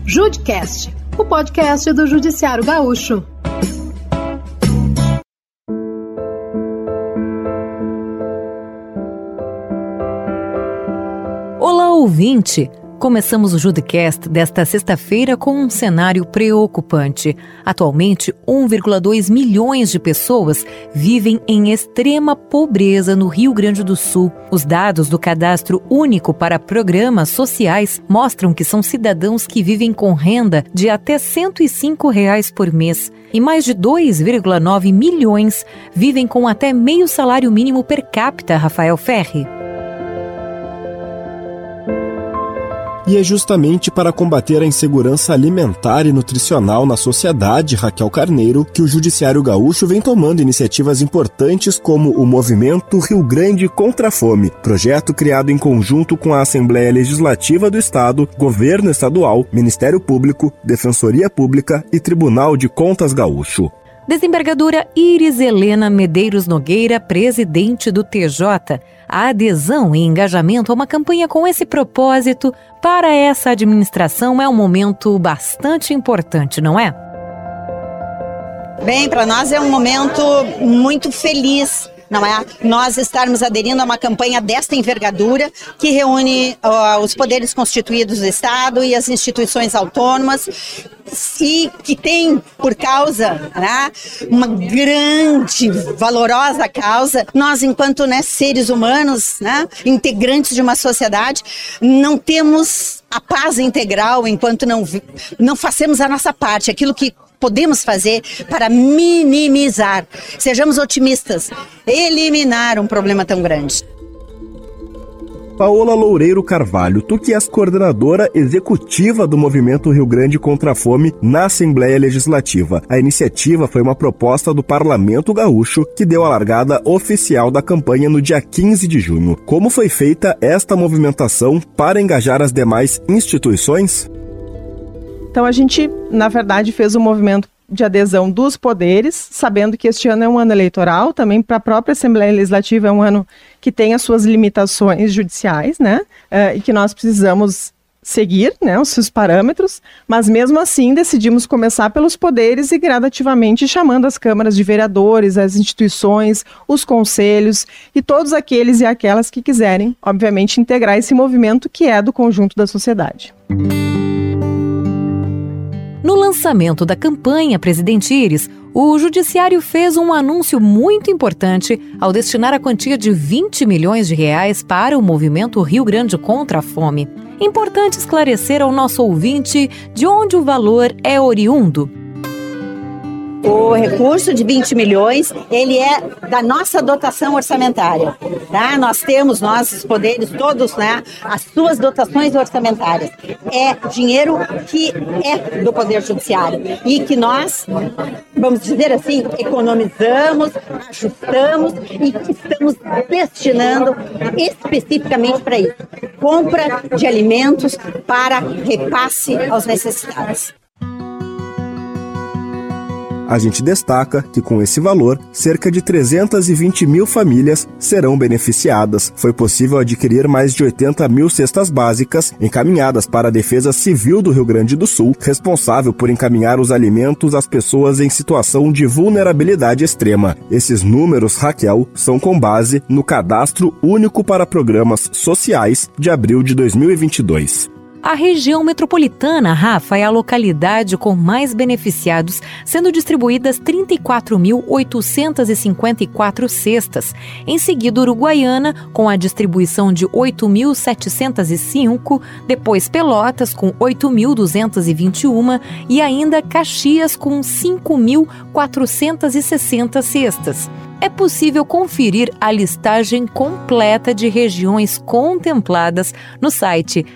Judicast, o podcast do Judiciário Gaúcho. Olá, ouvinte! Começamos o Judicast desta sexta-feira com um cenário preocupante. Atualmente, 1,2 milhões de pessoas vivem em extrema pobreza no Rio Grande do Sul. Os dados do Cadastro Único para Programas Sociais mostram que são cidadãos que vivem com renda de até R$ 105 por mês. E mais de 2,9 milhões vivem com até meio salário mínimo per capita, Rafael Ferri. E é justamente para combater a insegurança alimentar e nutricional na sociedade, Raquel Carneiro, que o Judiciário Gaúcho vem tomando iniciativas importantes como o Movimento Rio Grande Contra a Fome, projeto criado em conjunto com a Assembleia Legislativa do Estado, Governo Estadual, Ministério Público, Defensoria Pública e Tribunal de Contas Gaúcho. Desembargadora Iris Helena Medeiros Nogueira, presidente do TJ. A adesão e engajamento a uma campanha com esse propósito para essa administração é um momento bastante importante, não é? Bem, para nós é um momento muito feliz, não é? Nós estarmos aderindo a uma campanha desta envergadura que reúne os poderes constituídos do Estado e as instituições autônomas e que tem por causa, né, uma grande, valorosa causa. Nós, enquanto seres humanos, né, integrantes de uma sociedade, não temos a paz integral enquanto não fazemos a nossa parte, aquilo que podemos fazer para minimizar, sejamos otimistas, eliminar um problema tão grande. Paola Loureiro Carvalho, tu que és coordenadora executiva do Movimento Rio Grande Contra a Fome na Assembleia Legislativa. A iniciativa foi uma proposta do Parlamento Gaúcho que deu a largada oficial da campanha no dia 15 de junho. Como foi feita esta movimentação para engajar as demais instituições? Então a gente, na verdade, fez um movimento de adesão dos poderes, sabendo que este ano é um ano eleitoral, também para a própria Assembleia Legislativa é um ano que tem as suas limitações judiciais, né? E que nós precisamos seguir, né, os seus parâmetros, mas mesmo assim decidimos começar pelos poderes e gradativamente chamando as câmaras de vereadores, as instituições, os conselhos e todos aqueles e aquelas que quiserem, obviamente, integrar esse movimento que é do conjunto da sociedade. No lançamento da campanha, presidente Iris, o Judiciário fez um anúncio muito importante ao destinar a quantia de R$20 milhões para o Movimento Rio Grande Contra a Fome. Importante esclarecer ao nosso ouvinte de onde o valor é oriundo. O recurso de 20 milhões, ele é da nossa dotação orçamentária. Tá? Nós temos, nossos poderes todos, né, as suas dotações orçamentárias. É dinheiro que é do Poder Judiciário e que nós, vamos dizer assim, economizamos, ajustamos e estamos destinando especificamente para isso. Compra de alimentos para repasse aos necessitados. A gente destaca que com esse valor, cerca de 320 mil famílias serão beneficiadas. Foi possível adquirir mais de 80 mil cestas básicas encaminhadas para a Defesa Civil do Rio Grande do Sul, responsável por encaminhar os alimentos às pessoas em situação de vulnerabilidade extrema. Esses números, Raquel, são com base no Cadastro Único para Programas Sociais de abril de 2022. A região metropolitana, Rafa, é a localidade com mais beneficiados, sendo distribuídas 34.854 cestas. Em seguida, Uruguaiana, com a distribuição de 8.705, depois Pelotas, com 8.221 e ainda Caxias, com 5.460 cestas. É possível conferir a listagem completa de regiões contempladas no site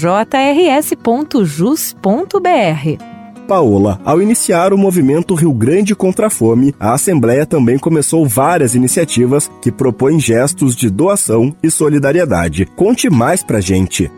tjrs.jus.br. Paola, ao iniciar o movimento Rio Grande Contra a Fome, a Assembleia também começou várias iniciativas que propõem gestos de doação e solidariedade. Conte mais pra gente.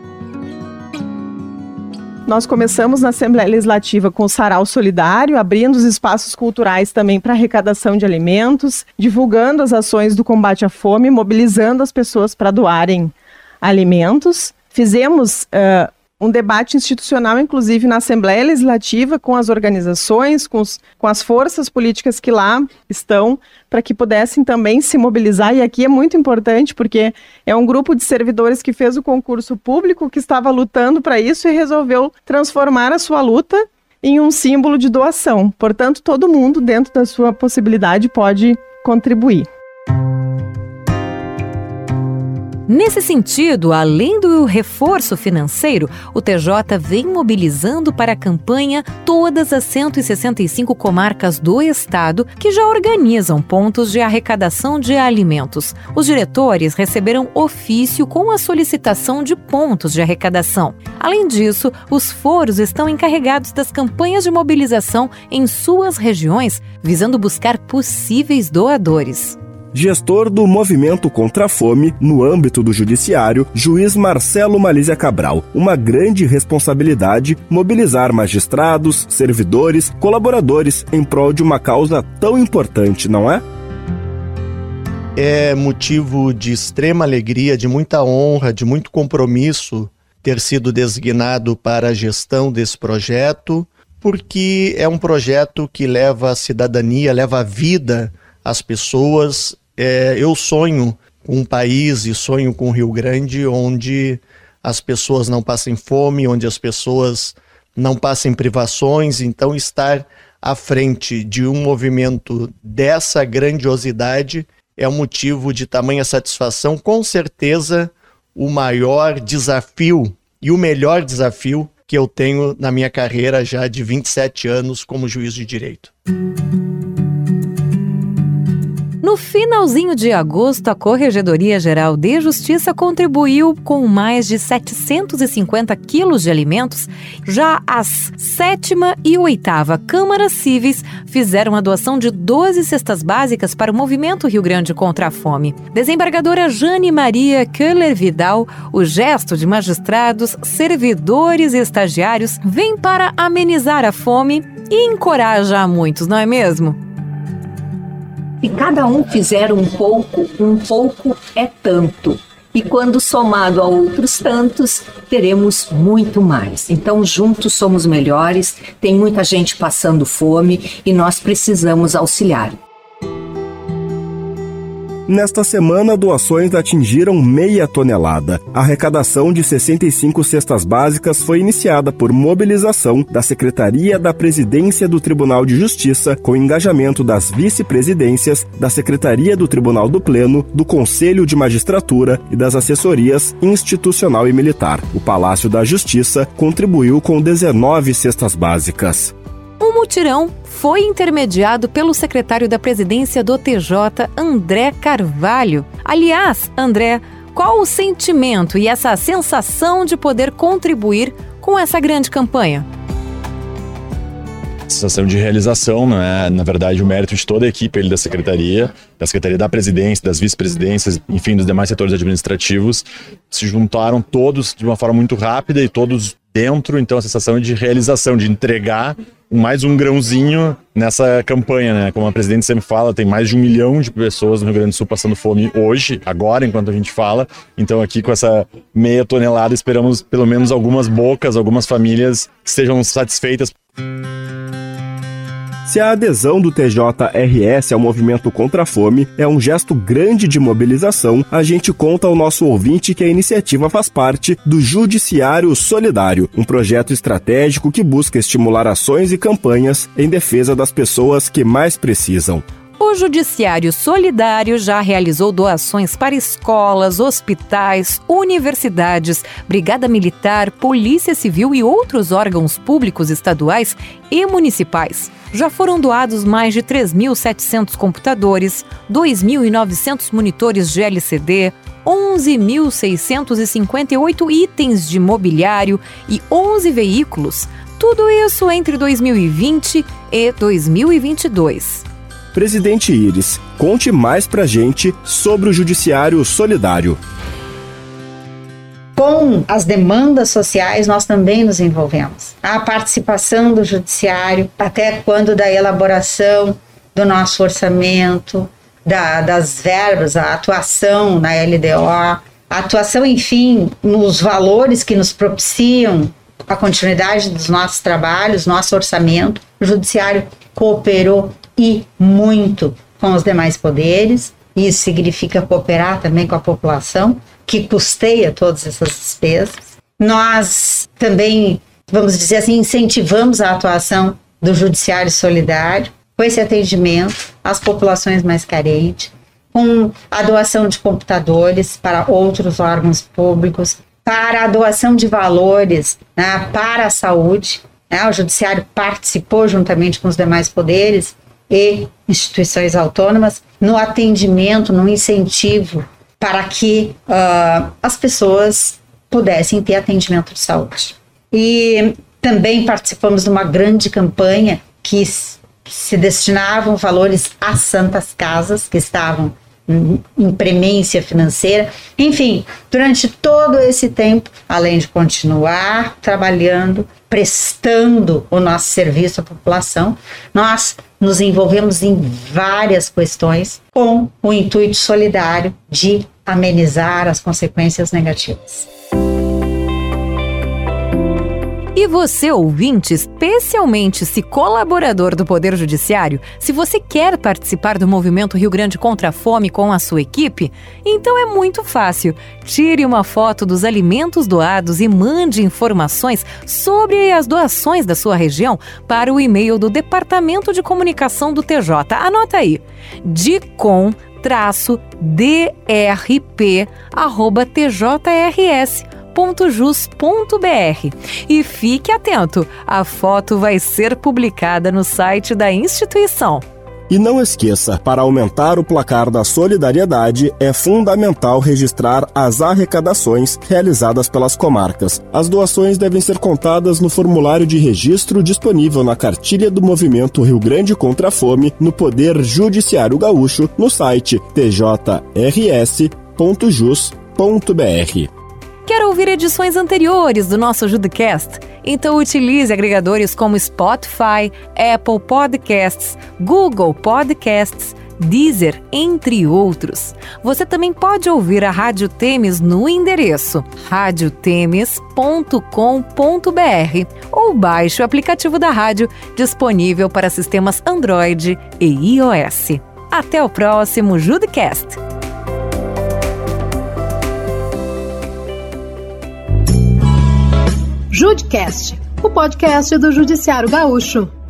Nós começamos na Assembleia Legislativa com o Sarau Solidário, abrindo os espaços culturais também para arrecadação de alimentos, divulgando as ações do combate à fome, mobilizando as pessoas para doarem alimentos. Fizemos um debate institucional, inclusive na Assembleia Legislativa, com as organizações, com as forças políticas que lá estão, para que pudessem também se mobilizar. E aqui é muito importante, porque é um grupo de servidores que fez o concurso público, que estava lutando para isso e resolveu transformar a sua luta em um símbolo de doação. Portanto, todo mundo, dentro da sua possibilidade, pode contribuir. Nesse sentido, além do reforço financeiro, o TJ vem mobilizando para a campanha todas as 165 comarcas do estado que já organizam pontos de arrecadação de alimentos. Os diretores receberam ofício com a solicitação de pontos de arrecadação. Além disso, os foros estão encarregados das campanhas de mobilização em suas regiões, visando buscar possíveis doadores. Gestor do Movimento contra a Fome, no âmbito do Judiciário, juiz Marcelo Malísia Cabral. Uma grande responsabilidade mobilizar magistrados, servidores, colaboradores em prol de uma causa tão importante, não é? É motivo de extrema alegria, de muita honra, de muito compromisso ter sido designado para a gestão desse projeto, porque é um projeto que leva a cidadania, leva a vida às pessoas. Eu sonho com um país e sonho com o Rio Grande onde as pessoas não passem fome, onde as pessoas não passem privações. Então, estar à frente de um movimento dessa grandiosidade é um motivo de tamanha satisfação. Com certeza, o maior desafio e o melhor desafio que eu tenho na minha carreira já de 27 anos como juiz de direito. No finalzinho de agosto, a Corregedoria-Geral de Justiça contribuiu com mais de 750 quilos de alimentos. Já as 7ª e 8ª Câmaras Cíveis fizeram a doação de 12 cestas básicas para o Movimento Rio Grande contra a Fome. Desembargadora Jane Maria Köhler Vidal, o gesto de magistrados, servidores e estagiários vem para amenizar a fome e encoraja a muitos, não é mesmo? Se cada um fizer um pouco é tanto. E quando somado a outros tantos, teremos muito mais. Então, juntos somos melhores, tem muita gente passando fome e nós precisamos auxiliar. Nesta semana, doações atingiram 0,5 tonelada. A arrecadação de 65 cestas básicas foi iniciada por mobilização da Secretaria da Presidência do Tribunal de Justiça, com engajamento das vice-presidências, da Secretaria do Tribunal do Pleno, do Conselho de Magistratura e das assessorias institucional e militar. O Palácio da Justiça contribuiu com 19 cestas básicas. O mutirão foi intermediado pelo secretário da Presidência do TJ, André Carvalho. Aliás, André, qual o sentimento e essa sensação de poder contribuir com essa grande campanha? Sensação de realização, não é? Na verdade, o mérito de toda a equipe da Secretaria da Presidência, das vice-presidências, enfim, dos demais setores administrativos, se juntaram todos de uma forma muito rápida e todos dentro, então a sensação de realização, de entregar mais um grãozinho nessa campanha, né? Como a presidente sempre fala, tem mais de 1 milhão de pessoas no Rio Grande do Sul passando fome hoje, agora, enquanto a gente fala. Então aqui com essa 0,5 tonelada, esperamos pelo menos algumas bocas, algumas famílias que estejam satisfeitas. Se a adesão do TJRS ao movimento contra a fome é um gesto grande de mobilização, a gente conta ao nosso ouvinte que a iniciativa faz parte do Judiciário Solidário, um projeto estratégico que busca estimular ações e campanhas em defesa das pessoas que mais precisam. O Judiciário Solidário já realizou doações para escolas, hospitais, universidades, Brigada Militar, Polícia Civil e outros órgãos públicos estaduais e municipais. Já foram doados mais de 3.700 computadores, 2.900 monitores de LCD, 11.658 itens de mobiliário e 11 veículos. Tudo isso entre 2020 e 2022. Presidente Iris, conte mais pra gente sobre o Judiciário Solidário. Com as demandas sociais, nós também nos envolvemos. A participação do judiciário, até quando da elaboração do nosso orçamento, das verbas, a atuação na LDO, A atuação, enfim, nos valores que nos propiciam a continuidade dos nossos trabalhos, nosso orçamento. O Judiciário cooperou e muito com os demais poderes. Isso significa cooperar também com a população, que custeia todas essas despesas. Nós também, vamos dizer assim, incentivamos a atuação do Judiciário Solidário, com esse atendimento às populações mais carentes, com a doação de computadores para outros órgãos públicos, para a doação de valores, né, para a saúde. Né? O Judiciário participou juntamente com os demais poderes e instituições autônomas no atendimento, no incentivo para que as pessoas pudessem ter atendimento de saúde. E também participamos de uma grande campanha que se destinavam valores às santas casas que estavam em premência financeira. Enfim, durante todo esse tempo, além de continuar trabalhando, prestando o nosso serviço à população, nós nos envolvemos em várias questões com o intuito solidário de amenizar as consequências negativas. E você, ouvinte, especialmente se colaborador do Poder Judiciário, se você quer participar do movimento Rio Grande contra a Fome com a sua equipe, então é muito fácil. Tire uma foto dos alimentos doados e mande informações sobre as doações da sua região para o e-mail do Departamento de Comunicação do TJ. Anota aí, dicom-drp@tjrs.jus.br. E fique atento, a foto vai ser publicada no site da instituição. E não esqueça, para aumentar o placar da solidariedade, é fundamental registrar as arrecadações realizadas pelas comarcas. As doações devem ser contadas no formulário de registro disponível na cartilha do Movimento Rio Grande contra a Fome, no Poder Judiciário Gaúcho, no site tjrs.jus.br. Quer ouvir edições anteriores do nosso Judicast? Então utilize agregadores como Spotify, Apple Podcasts, Google Podcasts, Deezer, entre outros. Você também pode ouvir a Rádio Temes no endereço radiotemes.com.br ou baixe o aplicativo da rádio disponível para sistemas Android e iOS. Até o próximo Judicast! Judicast, o podcast do Judiciário Gaúcho.